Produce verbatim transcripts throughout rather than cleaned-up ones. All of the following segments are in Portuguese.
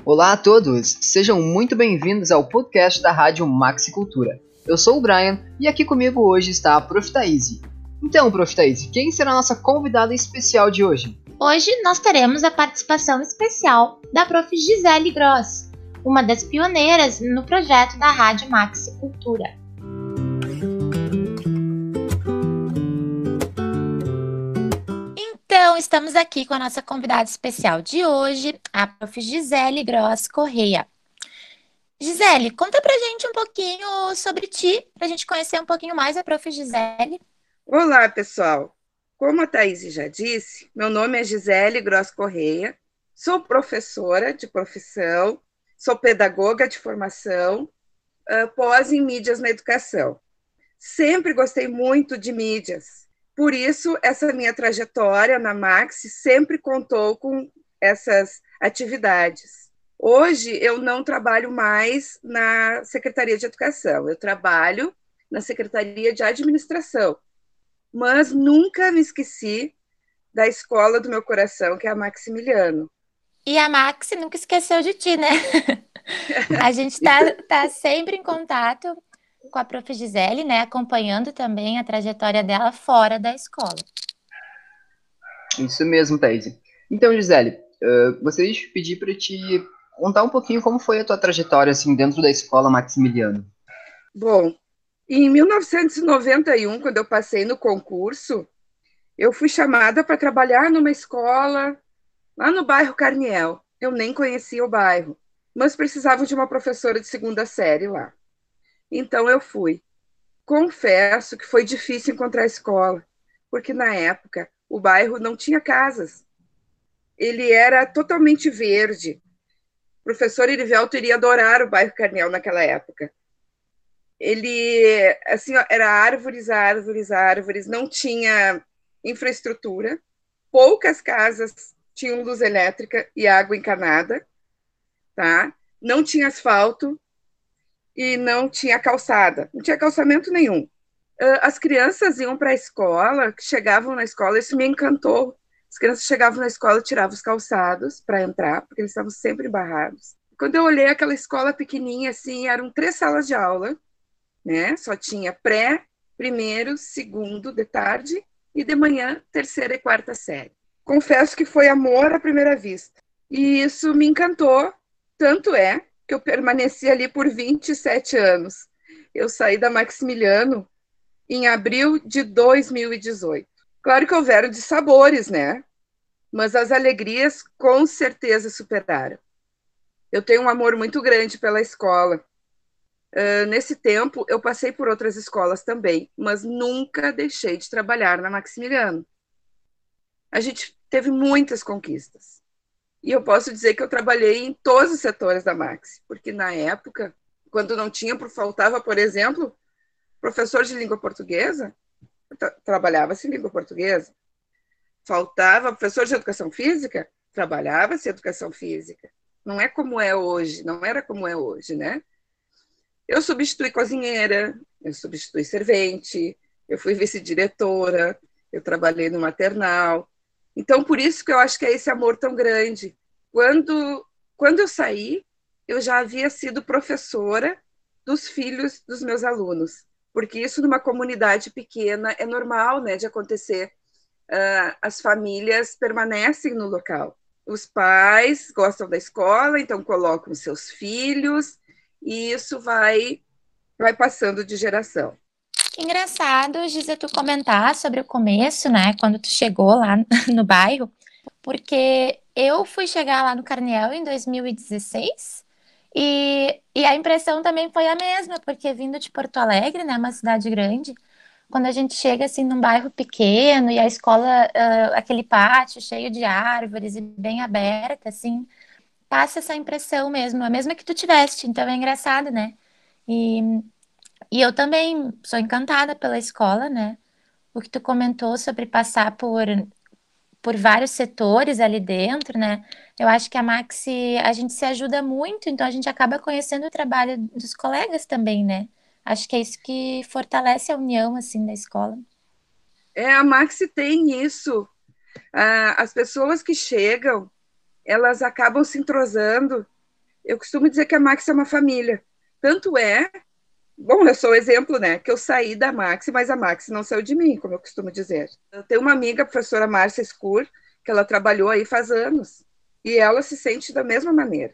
Olá a todos, sejam muito bem-vindos ao podcast da Rádio Maxicultura. Eu sou o Brian e aqui comigo hoje está a Prof Thaís. Então, Prof Thaís, quem será a nossa convidada especial de hoje? Hoje nós teremos a participação especial da Prof Gisele Gross, uma das pioneiras no projeto da Rádio Maxicultura. Então, estamos aqui com a nossa convidada especial de hoje, a Prof Gisele Gross Correia. Gisele, conta pra gente um pouquinho sobre ti, pra gente conhecer um pouquinho mais a Prof Gisele. Olá, pessoal. Como a Thaís já disse, meu nome é Gisele Gross Correia, sou professora de profissão, sou pedagoga de formação, uh, pós em mídias na educação. Sempre gostei muito de mídias, por isso essa minha trajetória na Maxi sempre contou com essas atividades. Hoje eu não trabalho mais na Secretaria de Educação, eu trabalho na Secretaria de Administração, mas nunca me esqueci da escola do meu coração, que é a Maximiliano. E a Maxi nunca esqueceu de ti, né? A gente está tá sempre em contato com a Prof Gisele, né? Acompanhando também a trajetória dela fora da escola. Isso mesmo, Thaís. Então, Gisele, uh, gostaria de pedir para te contar um pouquinho como foi a tua trajetória assim, dentro da escola Maximiliano. Bom, em mil novecentos e noventa e um, quando eu passei no concurso, eu fui chamada para trabalhar numa escola lá no bairro Carniel. Eu nem conhecia o bairro, mas precisavam de uma professora de segunda série lá. Então eu fui. Confesso que foi difícil encontrar a escola, porque na época o bairro não tinha casas. Ele era totalmente verde. O professor Irivelto iria adorar o bairro Carniel naquela época. Ele, assim, era árvores, árvores, árvores, não tinha infraestrutura, poucas casas tinham luz elétrica e água encanada, tá? Não tinha asfalto e não tinha calçada, não tinha calçamento nenhum. As crianças iam para a escola, chegavam na escola, isso me encantou. As crianças chegavam na escola, tiravam os calçados para entrar, porque eles estavam sempre embarrados. Quando eu olhei aquela escola pequenininha, assim, eram três salas de aula, né? Só tinha pré, primeiro, segundo, de tarde, e de manhã, terceira e quarta série. Confesso que foi amor à primeira vista. E isso me encantou, tanto é que eu permaneci ali por vinte e sete anos. Eu saí da Maximiliano em abril de dois mil e dezoito. Claro que houveram dissabores, né? Mas as alegrias com certeza superaram. Eu tenho um amor muito grande pela escola. Uh, nesse tempo, eu passei por outras escolas também, mas nunca deixei de trabalhar na Maximiliano. A gente teve muitas conquistas. E eu posso dizer que eu trabalhei em todos os setores da Maxi, porque na época, quando não tinha, faltava, por exemplo, professor de língua portuguesa, tra trabalhava-se em língua portuguesa. Faltava professor de educação física, trabalhava-se em educação física. Não é como é hoje, não era como é hoje, né? Eu substituí cozinheira, eu substituí servente, eu fui vice-diretora, eu trabalhei no maternal. Então, por isso que eu acho que é esse amor tão grande. Quando, quando eu saí, eu já havia sido professora dos filhos dos meus alunos, porque isso numa comunidade pequena é normal, né, de acontecer. Uh, as famílias permanecem no local. Os pais gostam da escola, então colocam seus filhos, e isso vai, vai passando de geração. Engraçado, Gisa, tu comentar sobre o começo, né, quando tu chegou lá no bairro, porque eu fui chegar lá no Carniel em dois mil e dezesseis e, e a impressão também foi a mesma, porque vindo de Porto Alegre, né, uma cidade grande, quando a gente chega assim num bairro pequeno e a escola, uh, aquele pátio cheio de árvores e bem aberta, assim, passa essa impressão mesmo, a mesma que tu tiveste, então é engraçado, né? E, e eu também sou encantada pela escola, né? O que tu comentou sobre passar por, por vários setores ali dentro, né? Eu acho que a Maxi, a gente se ajuda muito, então a gente acaba conhecendo o trabalho dos colegas também, né? Acho que é isso que fortalece a união, assim, da escola. É, a Maxi tem isso. Ah, as pessoas que chegam, elas acabam se entrosando Eu costumo dizer que a Max é uma família. Tanto é, bom, eu sou o exemplo, né, que eu saí da Max, mas a Max não saiu de mim, como eu costumo dizer. Eu tenho uma amiga, a professora Márcia Scur, que ela trabalhou aí faz anos, e ela se sente da mesma maneira.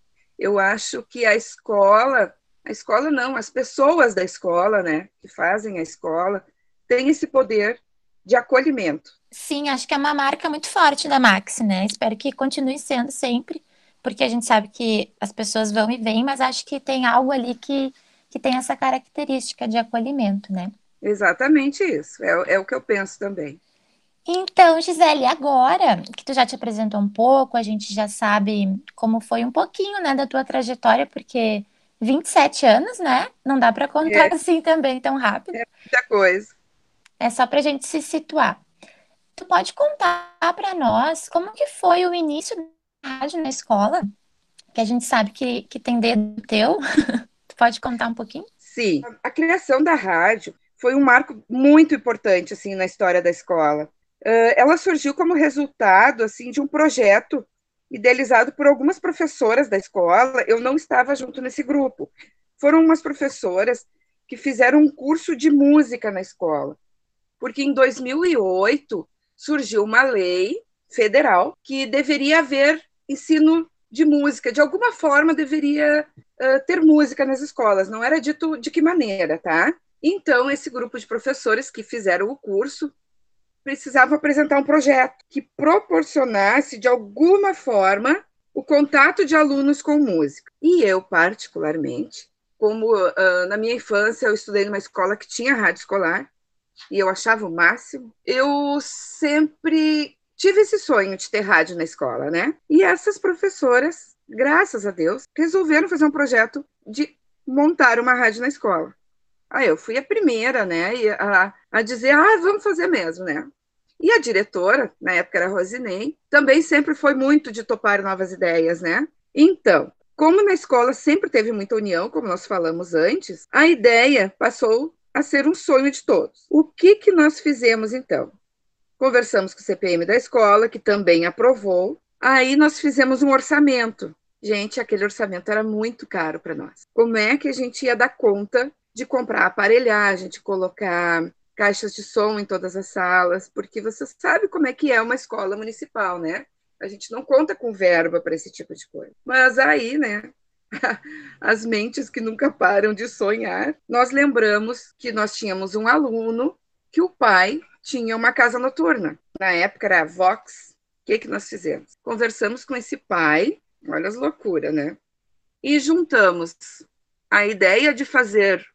Eu acho que a escola, a escola não, as pessoas da escola, né, que fazem a escola, têm esse poder de acolhimento. Sim, acho que é uma marca muito forte da Maxi, né? Espero que continue sendo sempre, porque a gente sabe que as pessoas vão e vêm, mas acho que tem algo ali que, que tem essa característica de acolhimento, né? Exatamente isso, é, é o que eu penso também. Então, Gisele, agora que tu já te apresentou um pouco, a gente já sabe como foi um pouquinho, né, da tua trajetória, porque vinte e sete anos, né? Não dá para contar É, assim também tão rápido. é muita coisa. É só para a gente se situar. Tu pode contar para nós como que foi o início da rádio na escola? Que a gente sabe que, que tem dedo teu. Tu pode contar um pouquinho? Sim, a criação da rádio foi um marco muito importante assim na história da escola. Uh, ela surgiu como resultado assim de um projeto idealizado por algumas professoras da escola. Eu não estava junto nesse grupo. Foram umas professoras que fizeram um curso de música na escola, porque em dois mil e oito surgiu uma lei federal que deveria haver ensino de música, de alguma forma deveria uh, ter música nas escolas, não era dito de que maneira, tá? Então, esse grupo de professores que fizeram o curso precisavam apresentar um projeto que proporcionasse, de alguma forma, o contato de alunos com música. E eu, particularmente, como uh, na minha infância eu estudei numa escola que tinha rádio escolar, e eu achava o máximo, eu sempre tive esse sonho de ter rádio na escola, né? E essas professoras, graças a Deus, resolveram fazer um projeto de montar uma rádio na escola. Aí eu fui a primeira, né, a, a dizer, ah, vamos fazer mesmo, né? E a diretora, na época era a Rosinei, também sempre foi muito de topar novas ideias, né? Então, como na escola sempre teve muita união, como nós falamos antes, a ideia passou a ser um sonho de todos. O que, que nós fizemos, então? Conversamos com o C P M da escola, que também aprovou. Aí nós fizemos um orçamento. Gente, aquele orçamento era muito caro para nós. Como é que a gente ia dar conta de comprar aparelhagem, de colocar caixas de som em todas as salas? Porque você sabe como é que é uma escola municipal, né? A gente não conta com verba para esse tipo de coisa. Mas aí, né, as mentes que nunca param de sonhar, nós lembramos que nós tínhamos um aluno que o pai tinha uma casa noturna. Na época era a Vox. O que, que nós fizemos? Conversamos com esse pai, olha as loucuras, né? E juntamos a ideia de fazer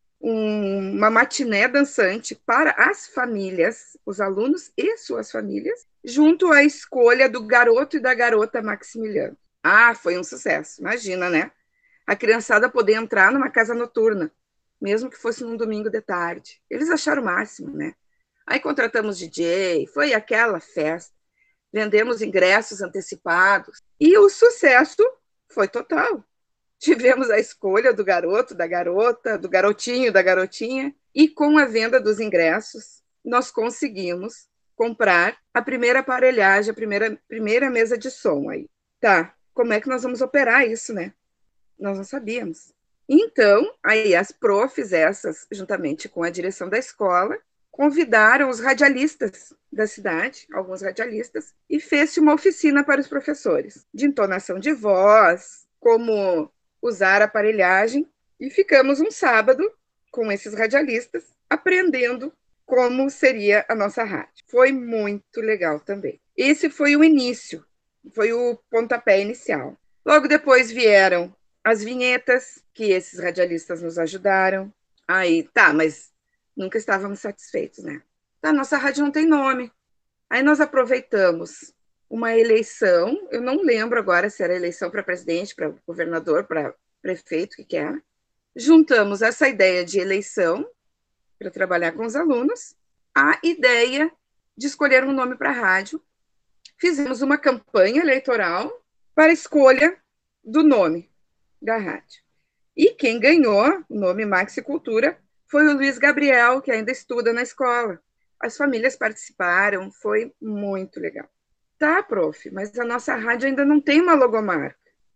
um, uma matiné dançante para as famílias, os alunos e suas famílias, junto à escolha do garoto e da garota Maximiliano. Ah, foi um sucesso, imagina, né? A criançada poder entrar numa casa noturna, mesmo que fosse num domingo de tarde. Eles acharam o máximo, né? Aí contratamos D J, foi aquela festa, vendemos ingressos antecipados e o sucesso foi total. Tivemos a escolha do garoto, da garota, do garotinho, da garotinha, e com a venda dos ingressos, nós conseguimos comprar a primeira aparelhagem, a primeira, primeira mesa de som aí. Tá, como é que nós vamos operar isso, né? Nós não sabíamos. Então, aí as profs, essas, juntamente com a direção da escola, convidaram os radialistas da cidade, alguns radialistas, e fez-se uma oficina para os professores, de entonação de voz, como usar a aparelhagem, e ficamos um sábado com esses radialistas, aprendendo como seria a nossa rádio. Foi muito legal também. Esse foi o início, foi o pontapé inicial. Logo depois vieram as vinhetas, que esses radialistas nos ajudaram. Aí, tá, mas nunca estávamos satisfeitos, né? A nossa rádio não tem nome. Aí nós aproveitamos uma eleição, eu não lembro agora se era eleição para presidente, para governador, para prefeito, o que que era. Juntamos essa ideia de eleição para trabalhar com os alunos, a ideia de escolher um nome para a rádio. Fizemos uma campanha eleitoral para a escolha do nome da rádio. E quem ganhou o nome Maxi Cultura foi o Luiz Gabriel, que ainda estuda na escola. As famílias participaram, foi muito legal. Tá, prof, mas a nossa rádio ainda não tem uma logomarca.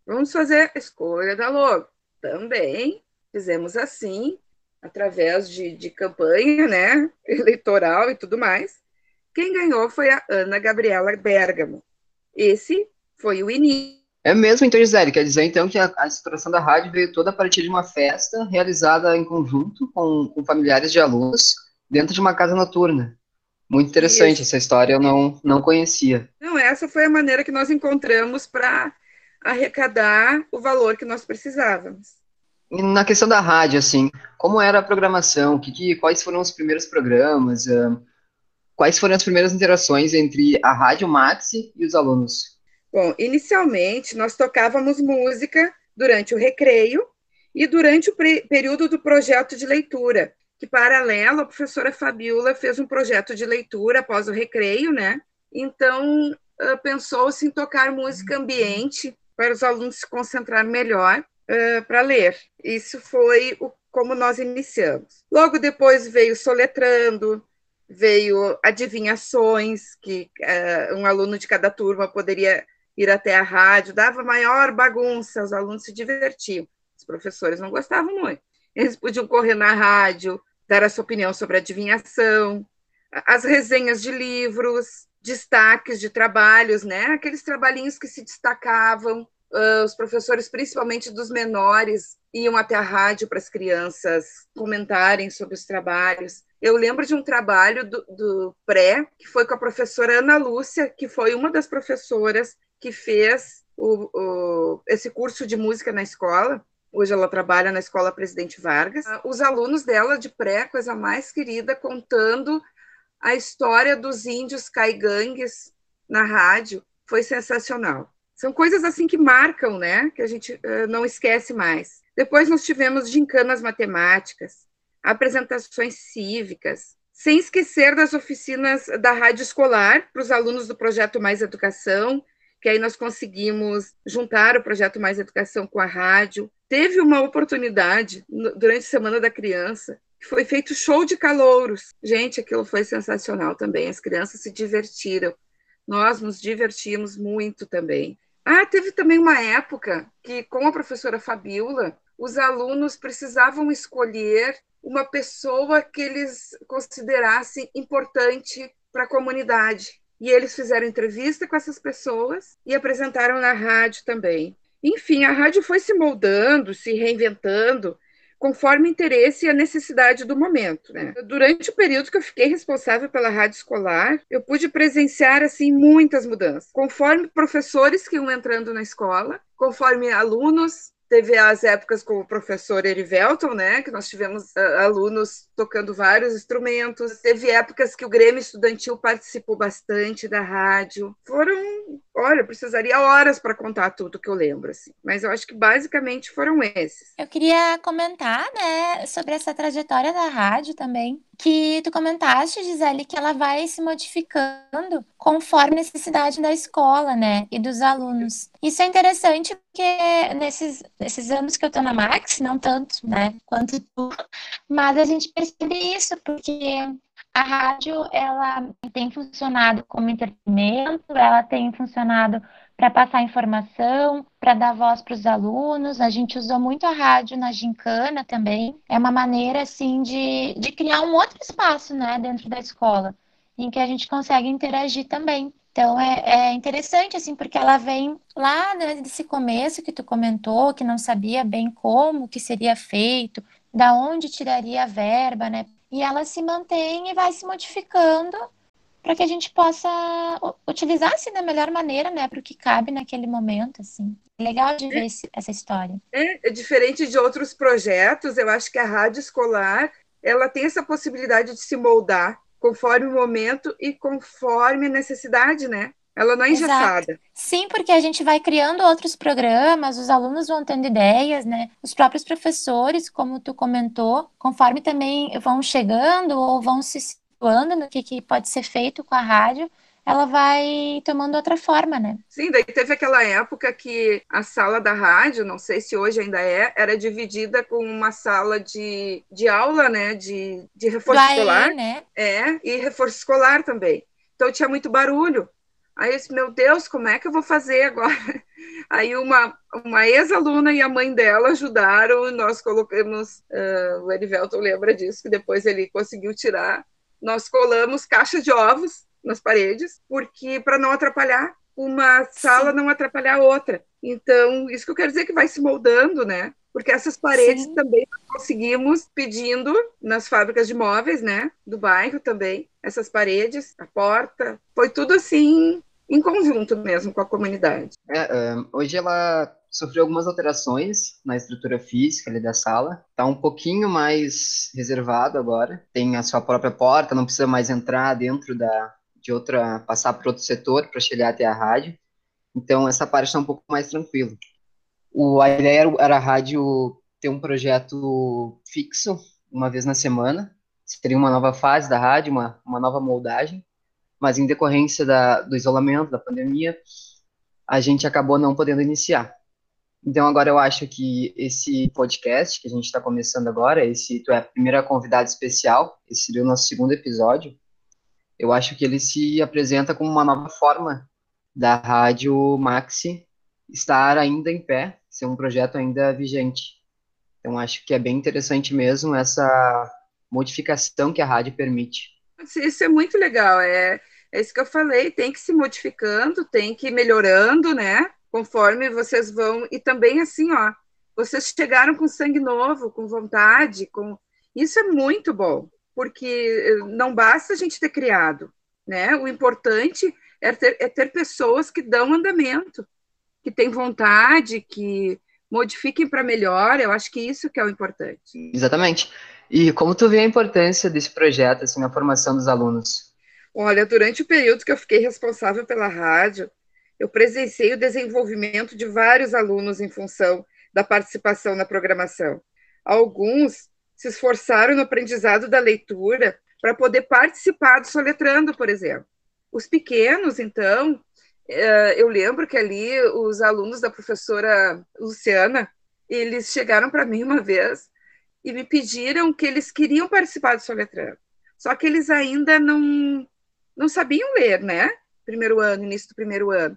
Vamos fazer a escolha da logo. Também fizemos assim, através de, de campanha, né, eleitoral e tudo mais. Quem ganhou foi a Ana Gabriela Bergamo. Esse foi o início. É mesmo, então, Gisele, quer dizer então que a, a estruturação da rádio veio toda a partir de uma festa realizada em conjunto com, com familiares de alunos dentro de uma casa noturna. Muito interessante Isso. essa história, eu não, não conhecia. Não, essa foi a maneira que nós encontramos para arrecadar o valor que nós precisávamos. E na questão da rádio, assim, como era a programação? Que, que, quais foram os primeiros programas? ah, quais foram as primeiras interações entre a Rádio Maxi e os alunos? Bom, inicialmente nós tocávamos música durante o recreio e durante o período do projeto de leitura, que paralelo a professora Fabiola fez um projeto de leitura após o recreio, né? Então, uh, pensou-se em tocar música ambiente para os alunos se concentrar melhor uh, para ler. Isso foi o, como nós iniciamos. Logo depois veio Soletrando, veio adivinhações, que uh, um aluno de cada turma poderia ir até a rádio, dava maior bagunça, os alunos se divertiam. Os professores não gostavam muito. Eles podiam correr na rádio, dar a sua opinião sobre a adivinhação, as resenhas de livros, destaques de trabalhos, né? Aqueles trabalhinhos que se destacavam, uh, os professores, principalmente dos menores, iam até a rádio para as crianças comentarem sobre os trabalhos. Eu lembro de um trabalho do, do pré, que foi com a professora Ana Lúcia, que foi uma das professoras que fez o, o, esse curso de música na escola. Hoje ela trabalha na Escola Presidente Vargas. Os alunos dela de pré, coisa mais querida, contando a história dos índios caigangues na rádio, foi sensacional. São coisas assim que marcam, né? Que a gente uh, não esquece mais. Depois nós tivemos gincanas matemáticas, apresentações cívicas, sem esquecer das oficinas da rádio escolar para os alunos do Projeto Mais Educação, que aí nós conseguimos juntar o Projeto Mais Educação com a rádio. Teve uma oportunidade, durante a Semana da Criança, que foi feito show de calouros. Gente, aquilo foi sensacional também, as crianças se divertiram. Nós nos divertimos muito também. Ah, teve também uma época que, com a professora Fabiola, os alunos precisavam escolher uma pessoa que eles considerassem importante para a comunidade. E eles fizeram entrevista com essas pessoas e apresentaram na rádio também. Enfim, a rádio foi se moldando, se reinventando, conforme o interesse e a necessidade do momento, né? Durante o período que eu fiquei responsável pela rádio escolar, eu pude presenciar, assim, muitas mudanças. Conforme professores que iam entrando na escola, conforme alunos. Teve as épocas com o professor Erivelton, né, que nós tivemos uh, alunos tocando vários instrumentos. Teve épocas que o Grêmio Estudantil participou bastante da rádio. Foram, olha, eu precisaria horas para contar tudo que eu lembro, assim. Mas eu acho que basicamente foram esses. Eu queria comentar, né, sobre essa trajetória da rádio também, que tu comentaste, Gisele, que ela vai se modificando conforme a necessidade da escola, né, e dos alunos. Isso é interessante porque nesses, nesses anos que eu tô na Max, não tanto, né, quanto tu, mas a gente percebe isso, porque a rádio, ela tem funcionado como entretenimento, ela tem funcionado para passar informação, para dar voz para os alunos. A gente usou muito a rádio na gincana também. É uma maneira, assim, de, de criar um outro espaço, né, dentro da escola, em que a gente consegue interagir também. Então, é, é interessante, assim, porque ela vem lá, né, desse começo que tu comentou, que não sabia bem como que seria feito, da onde tiraria a verba, né? E ela se mantém e vai se modificando para que a gente possa utilizar assim da melhor maneira, né, para o que cabe naquele momento, assim. Legal de ver esse, essa história. É, é diferente de outros projetos, eu acho que a rádio escolar, ela tem essa possibilidade de se moldar conforme o momento e conforme a necessidade, né? Ela não é engessada. Exato. Sim, porque a gente vai criando outros programas, os alunos vão tendo ideias, né? Os próprios professores, como tu comentou, conforme também vão chegando ou vão se situando no que, que pode ser feito com a rádio, ela vai tomando outra forma, né? Sim, daí teve aquela época que a sala da rádio, não sei se hoje ainda é, era dividida com uma sala de, de aula, né? De, de reforço Do escolar. A E, né? É, e reforço escolar também. Então tinha muito barulho. Aí eu disse, meu Deus, como é que eu vou fazer agora? Aí uma, uma ex-aluna e a mãe dela ajudaram, e nós colocamos, uh, o Erivelton lembra disso, que depois ele conseguiu tirar, nós colamos caixas de ovos nas paredes, porque para não atrapalhar, uma sala Sim. não atrapalhar a outra. Então, isso que eu quero dizer que vai se moldando, né? Porque essas paredes Sim. também conseguimos pedindo nas fábricas de móveis, né, do bairro também, essas paredes, a porta, foi tudo assim em conjunto mesmo com a comunidade. É, um, hoje ela sofreu algumas alterações na estrutura física ali da sala. Está um pouquinho mais reservado agora. Tem a sua própria porta, não precisa mais entrar dentro da, de outra, passar por outro setor para chegar até a rádio. Então essa parte está um pouco mais tranquila. O, a ideia era, era a rádio ter um projeto fixo, uma vez na semana. Seria uma nova fase da rádio, uma, uma nova moldagem. Mas em decorrência da, do isolamento, da pandemia, a gente acabou não podendo iniciar. Então, agora eu acho que esse podcast que a gente está começando agora, esse tu é a primeira convidada especial, esse seria o nosso segundo episódio, eu acho que ele se apresenta como uma nova forma da Rádio Maxi estar ainda em pé, ser um projeto ainda vigente. Então, acho que é bem interessante mesmo essa modificação que a rádio permite. Isso é muito legal, é, é isso que eu falei, tem que ir se modificando, tem que ir melhorando, né? Conforme vocês vão, e também assim, ó, vocês chegaram com sangue novo, com vontade, com isso é muito bom, porque não basta a gente ter criado, né? O importante é ter, é ter pessoas que dão andamento, que têm vontade, que modifiquem para melhor, eu acho que isso que é o importante. Exatamente. E como tu vê a importância desse projeto assim, na formação dos alunos? Olha, durante o período que eu fiquei responsável pela rádio, eu presenciei o desenvolvimento de vários alunos em função da participação na programação. Alguns se esforçaram no aprendizado da leitura para poder participar do Soletrando, por exemplo. Os pequenos, então, eu lembro que ali os alunos da professora Luciana, eles chegaram para mim uma vez e me pediram que eles queriam participar do Soletrando. Só que eles ainda não, não sabiam ler, né? Primeiro ano, início do primeiro ano.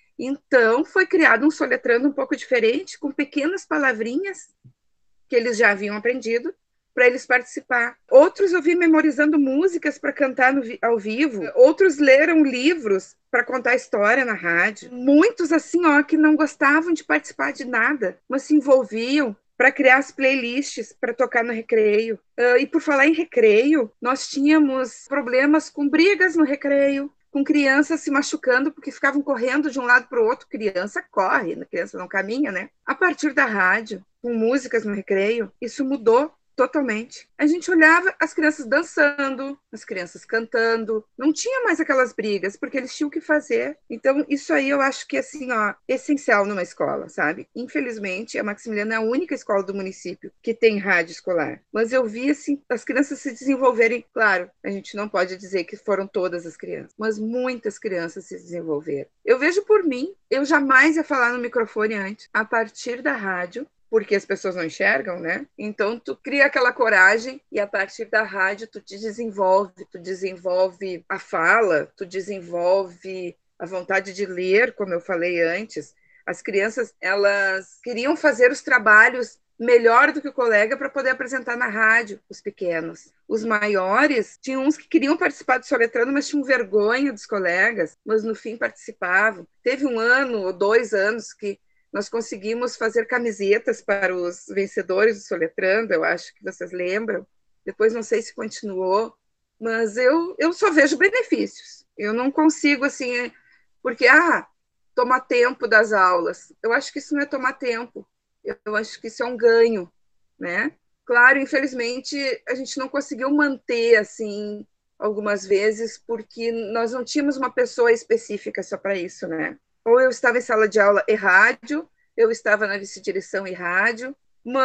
Então, foi criado um soletrando um pouco diferente, com pequenas palavrinhas que eles já haviam aprendido, para eles participar. Outros eu vi memorizando músicas para cantar no, ao vivo. Outros leram livros para contar história na rádio. Muitos, assim, ó, que não gostavam de participar de nada, mas se envolviam para criar as playlists para tocar no recreio. Uh, e por falar em recreio, nós tínhamos problemas com brigas no recreio, com crianças se machucando porque ficavam correndo de um lado para o outro. Criança corre, a criança não caminha, né? A partir da rádio, com músicas no recreio, isso mudou totalmente. A gente olhava as crianças dançando, as crianças cantando, não tinha mais aquelas brigas, porque eles tinham o que fazer. Então, isso aí eu acho que, assim, ó, essencial numa escola, sabe? Infelizmente, a Maximiliana é a única escola do município que tem rádio escolar. Mas eu vi, assim, as crianças se desenvolverem. Claro, a gente não pode dizer que foram todas as crianças, mas muitas crianças se desenvolveram. Eu vejo por mim, eu jamais ia falar no microfone antes. A partir da rádio, porque as pessoas não enxergam, né? Então, tu cria aquela coragem e a partir da rádio tu te desenvolve, tu desenvolve a fala, tu desenvolve a vontade de ler, como eu falei antes. As crianças, elas queriam fazer os trabalhos melhor do que o colega para poder apresentar na rádio, os pequenos. Os maiores, tinham uns que queriam participar do Soletrando, mas tinham vergonha dos colegas, mas no fim participavam. Teve um ano ou dois anos que nós conseguimos fazer camisetas para os vencedores do Soletrando, eu acho que vocês lembram. Depois não sei se continuou, mas eu, eu só vejo benefícios. Eu não consigo, assim, porque, ah, tomar tempo das aulas. Eu acho que isso não é tomar tempo. Eu acho que isso é um ganho, né? Claro, infelizmente, a gente não conseguiu manter, assim, algumas vezes, porque nós não tínhamos uma pessoa específica só para isso, né? Ou eu estava em sala de aula e rádio, eu estava na vice-direção e rádio,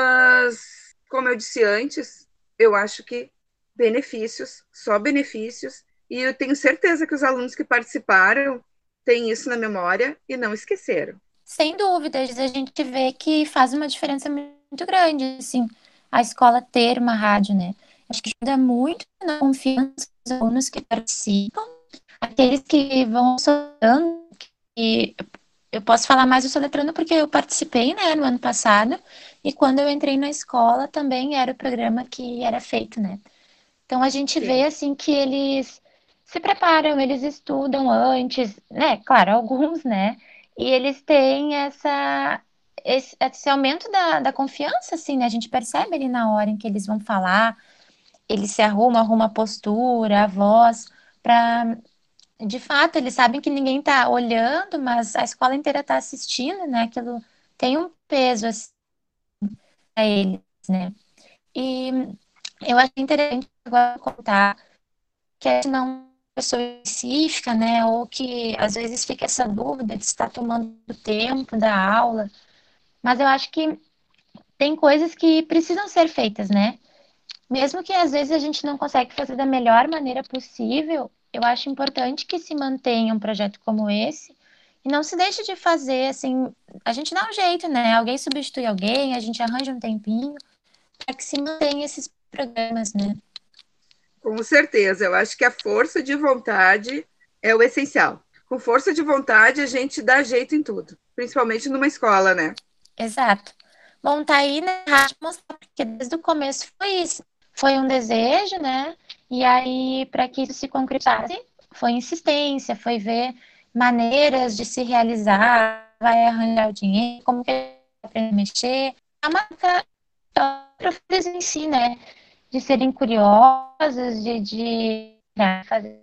mas, como eu disse antes, eu acho que benefícios, só benefícios, e eu tenho certeza que os alunos que participaram têm isso na memória e não esqueceram. Sem dúvidas, a gente vê que faz uma diferença muito grande, assim, a escola ter uma rádio, né? Acho que ajuda muito na confiança dos alunos que participam, aqueles que vão soltando, que eu posso falar mais do Soletrando porque eu participei, né, no ano passado, e quando eu entrei na escola também era o programa que era feito, né? Então a gente vê Sim. assim que eles se preparam, eles estudam antes, né? Claro, alguns, né? E eles têm essa esse, esse aumento da, da confiança, assim, né? A gente percebe ali na hora em que eles vão falar, eles se arrumam, arrumam a postura, a voz, para de fato, eles sabem que ninguém está olhando, mas a escola inteira está assistindo, né? Aquilo tem um peso assim, para eles, né? E eu acho interessante agora contar que a gente não é uma pessoa específica, né? Ou que às vezes fica essa dúvida de estar tomando o tempo da aula, mas eu acho que tem coisas que precisam ser feitas, né? Mesmo que às vezes a gente não consegue fazer da melhor maneira possível, eu acho importante que se mantenha um projeto como esse e não se deixe de fazer, assim, a gente dá um jeito, né? Alguém substitui alguém, a gente arranja um tempinho para que se mantenha esses programas, né? Com certeza, eu acho que a força de vontade é o essencial. Com força de vontade, a gente dá jeito em tudo, principalmente numa escola, né? Exato. Bom, tá aí na rádio mostrar, porque desde o começo foi isso. Foi um desejo, né? E aí, para que isso se concretizasse, foi insistência, foi ver maneiras de se realizar, vai arranjar o dinheiro, como que vai aprender a mexer. A marca professores em si, né? De serem curiosas, de, de né, fazer.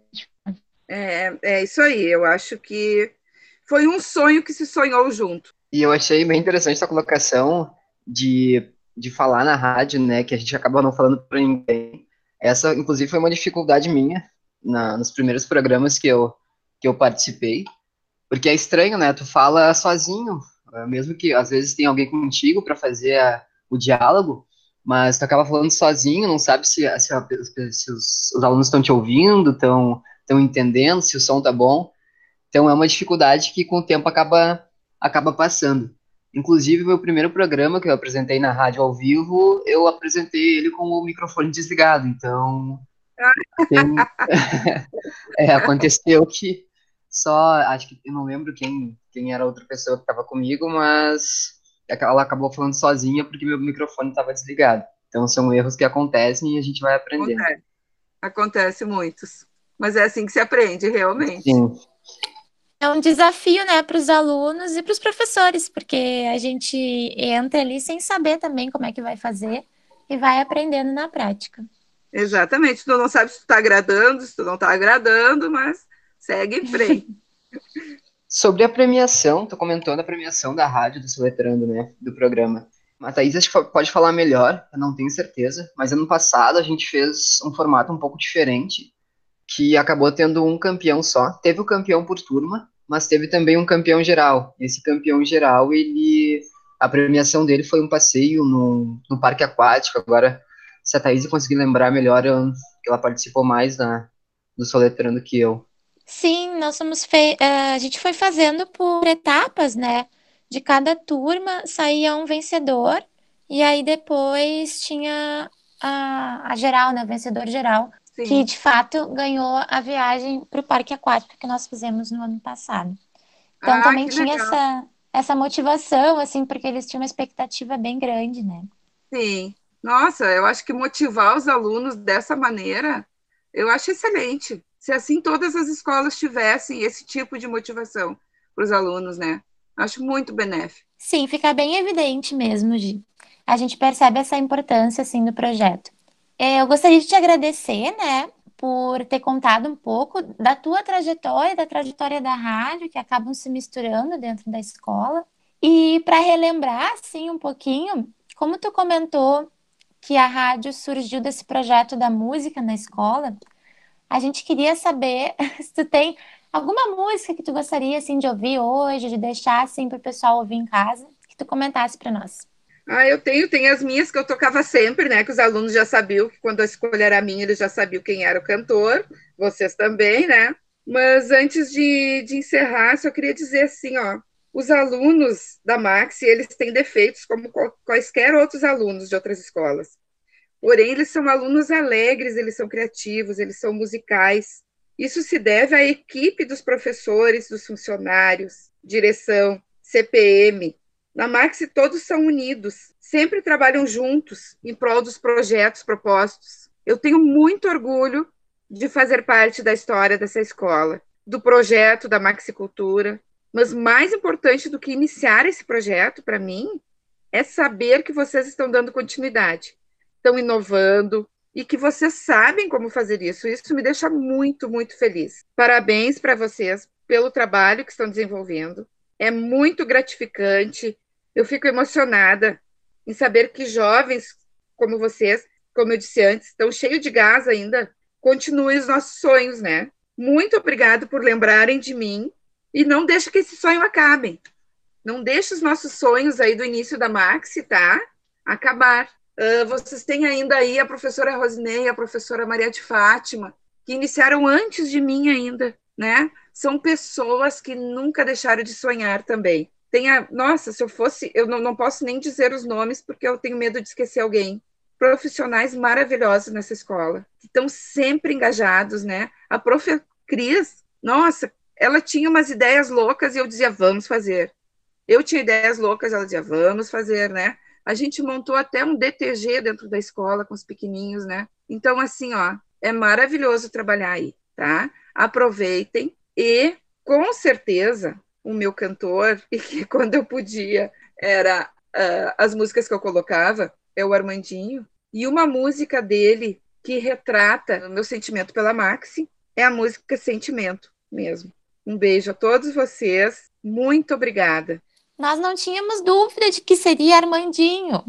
É, é isso aí, eu acho que foi um sonho que se sonhou junto. E eu achei bem interessante essa colocação de, de falar na rádio, né, que a gente acaba não falando para ninguém. Essa, inclusive, foi uma dificuldade minha na, nos primeiros programas que eu, que eu participei, porque é estranho, né, tu fala sozinho, é, mesmo que às vezes tem alguém contigo para fazer a, o diálogo, mas tu acaba falando sozinho, não sabe se, se, a- se os, os alunos estão te ouvindo, estão estão entendendo, se o som tá bom. Então é uma dificuldade que com o tempo acaba, acaba passando. Inclusive, o meu primeiro programa que eu apresentei na rádio ao vivo, eu apresentei ele com o microfone desligado. Então, tem, é, aconteceu que só, acho que eu não lembro quem, quem era a outra pessoa que estava comigo, mas ela acabou falando sozinha porque meu microfone estava desligado. Então, são erros que acontecem e a gente vai aprendendo. Acontece, acontece muitos. Mas é assim que se aprende, realmente. Sim, É um desafio, né, para os alunos e para os professores, porque a gente entra ali sem saber também como é que vai fazer e vai aprendendo na prática. Exatamente. Tu não sabe se tu está agradando, se tu não está agradando, mas segue em frente. sobre a premiação, tô comentando a premiação da rádio do Soletrando, né, do programa. A Thaís acho que pode falar melhor, eu não tenho certeza, mas ano passado a gente fez um formato um pouco diferente, que acabou tendo um campeão só. Teve o campeão por turma, mas teve também um campeão geral. Esse campeão geral, ele, a premiação dele foi um passeio no, no parque aquático. Agora, se a Thaís conseguir lembrar melhor, eu, que ela participou mais na, do Soletrando que eu. Sim, nós somos fe... eh, a gente foi fazendo por etapas, né? De cada turma saía um vencedor e aí depois tinha a, a geral, né? O vencedor geral, que Sim. de fato ganhou a viagem para o parque aquático que nós fizemos no ano passado. Então Ah, também que tinha legal. essa, essa motivação, assim, porque eles tinham uma expectativa bem grande, né? Sim. Nossa, eu acho que motivar os alunos dessa maneira, eu acho excelente. Se assim todas as escolas tivessem esse tipo de motivação para os alunos, né? Acho muito benéfico. Sim, fica bem evidente mesmo, Gi. A gente percebe essa importância, assim, do projeto. É, eu gostaria de te agradecer, né, por ter contado um pouco da tua trajetória, da trajetória da rádio, que acabam se misturando dentro da escola. E para relembrar, assim, um pouquinho, como tu comentou que a rádio surgiu desse projeto da música na escola, a gente queria saber se tu tem alguma música que tu gostaria, assim, de ouvir hoje, de deixar, assim, para o pessoal ouvir em casa, que tu comentasse para nós. Ah, eu tenho, tem as minhas que eu tocava sempre, né? Que os alunos já sabiam que quando a escolha era minha, eles já sabiam quem era o cantor, vocês também, né? Mas antes de, de encerrar, só queria dizer assim, ó, os alunos da Maxi, eles têm defeitos como quaisquer outros alunos de outras escolas. Porém, eles são alunos alegres, eles são criativos, eles são musicais. Isso se deve à equipe dos professores, dos funcionários, direção, C P M. Na Maxi todos são unidos, sempre trabalham juntos em prol dos projetos propostos. Eu tenho muito orgulho de fazer parte da história dessa escola, do projeto da Maxicultura, mas mais importante do que iniciar esse projeto, para mim, é saber que vocês estão dando continuidade, estão inovando e que vocês sabem como fazer isso. Isso me deixa muito, muito feliz. Parabéns para vocês pelo trabalho que estão desenvolvendo. É muito gratificante. Eu fico emocionada em saber que jovens como vocês, como eu disse antes, estão cheios de gás ainda. Continuem os nossos sonhos, né? Muito obrigado por lembrarem de mim e não deixe que esse sonho acabe. Não deixe os nossos sonhos aí do início da Maxi, tá? Acabar. Uh, vocês têm ainda aí a professora Rosinei e a professora Maria de Fátima, que iniciaram antes de mim ainda, né? São pessoas que nunca deixaram de sonhar também. Tem a, nossa, se eu fosse, eu não, não posso nem dizer os nomes, porque eu tenho medo de esquecer alguém. Profissionais maravilhosos nessa escola, que estão sempre engajados, né? A prof. Cris, nossa, ela tinha umas ideias loucas e eu dizia, vamos fazer. Eu tinha ideias loucas, ela dizia, vamos fazer, né? A gente montou até um D T G dentro da escola com os pequenininhos, né? Então, assim, ó, é maravilhoso trabalhar aí, tá? Aproveitem e, com certeza, o meu cantor, e que quando eu podia, era uh, as músicas que eu colocava, é o Armandinho, e uma música dele que retrata o meu sentimento pela Maxi é a música Sentimento mesmo. Um beijo a todos vocês, muito obrigada. Nós não tínhamos dúvida de que seria Armandinho.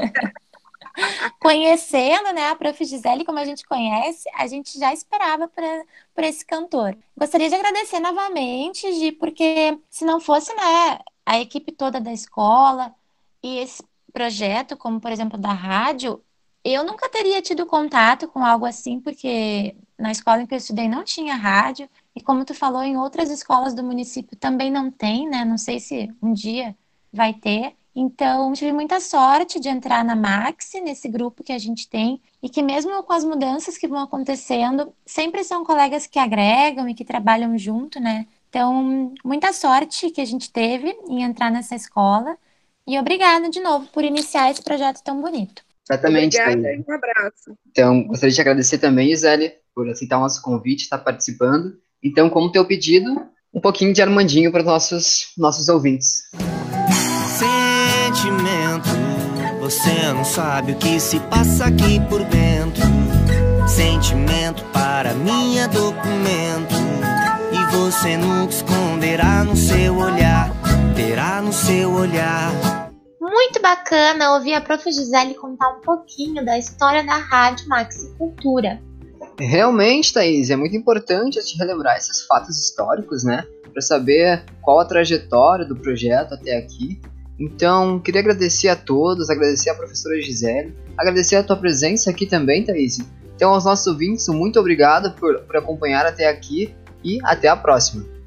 Conhecendo, né, a prof. Gisele, como a gente conhece, a gente já esperava por esse cantor. Gostaria de agradecer novamente, Gi, porque se não fosse, né, a equipe toda da escola e esse projeto, como por exemplo da rádio, eu nunca teria tido contato com algo assim, porque na escola em que eu estudei não tinha rádio, e como tu falou, em outras escolas do município também não tem, né? Não sei se um dia vai ter. Então, tive muita sorte de entrar na Maxi, nesse grupo que a gente tem, e que mesmo com as mudanças que vão acontecendo, sempre são colegas que agregam e que trabalham junto, né? Então, muita sorte que a gente teve em entrar nessa escola. E obrigada de novo por iniciar esse projeto tão bonito. Exatamente. Obrigada e um abraço. Então, gostaria de agradecer também, Gisele, por aceitar o nosso convite, estar participando. Então, como teu pedido, um pouquinho de Armandinho para os nossos, nossos ouvintes. Sentimento, você não sabe o que se passa aqui por dentro. Sentimento para mim é documento, e você nunca esconderá no seu olhar, terá no seu olhar. Muito bacana ouvir a prof. Gisele contar um pouquinho da história da Rádio Maxicultura. Realmente, Thaís, é muito importante a gente relembrar esses fatos históricos, né? Para saber qual a trajetória do projeto até aqui. Então, queria agradecer a todos, agradecer a professora Gisele, agradecer a tua presença aqui também, Thaís. Então, aos nossos ouvintes, muito obrigado por, por acompanhar até aqui e até a próxima.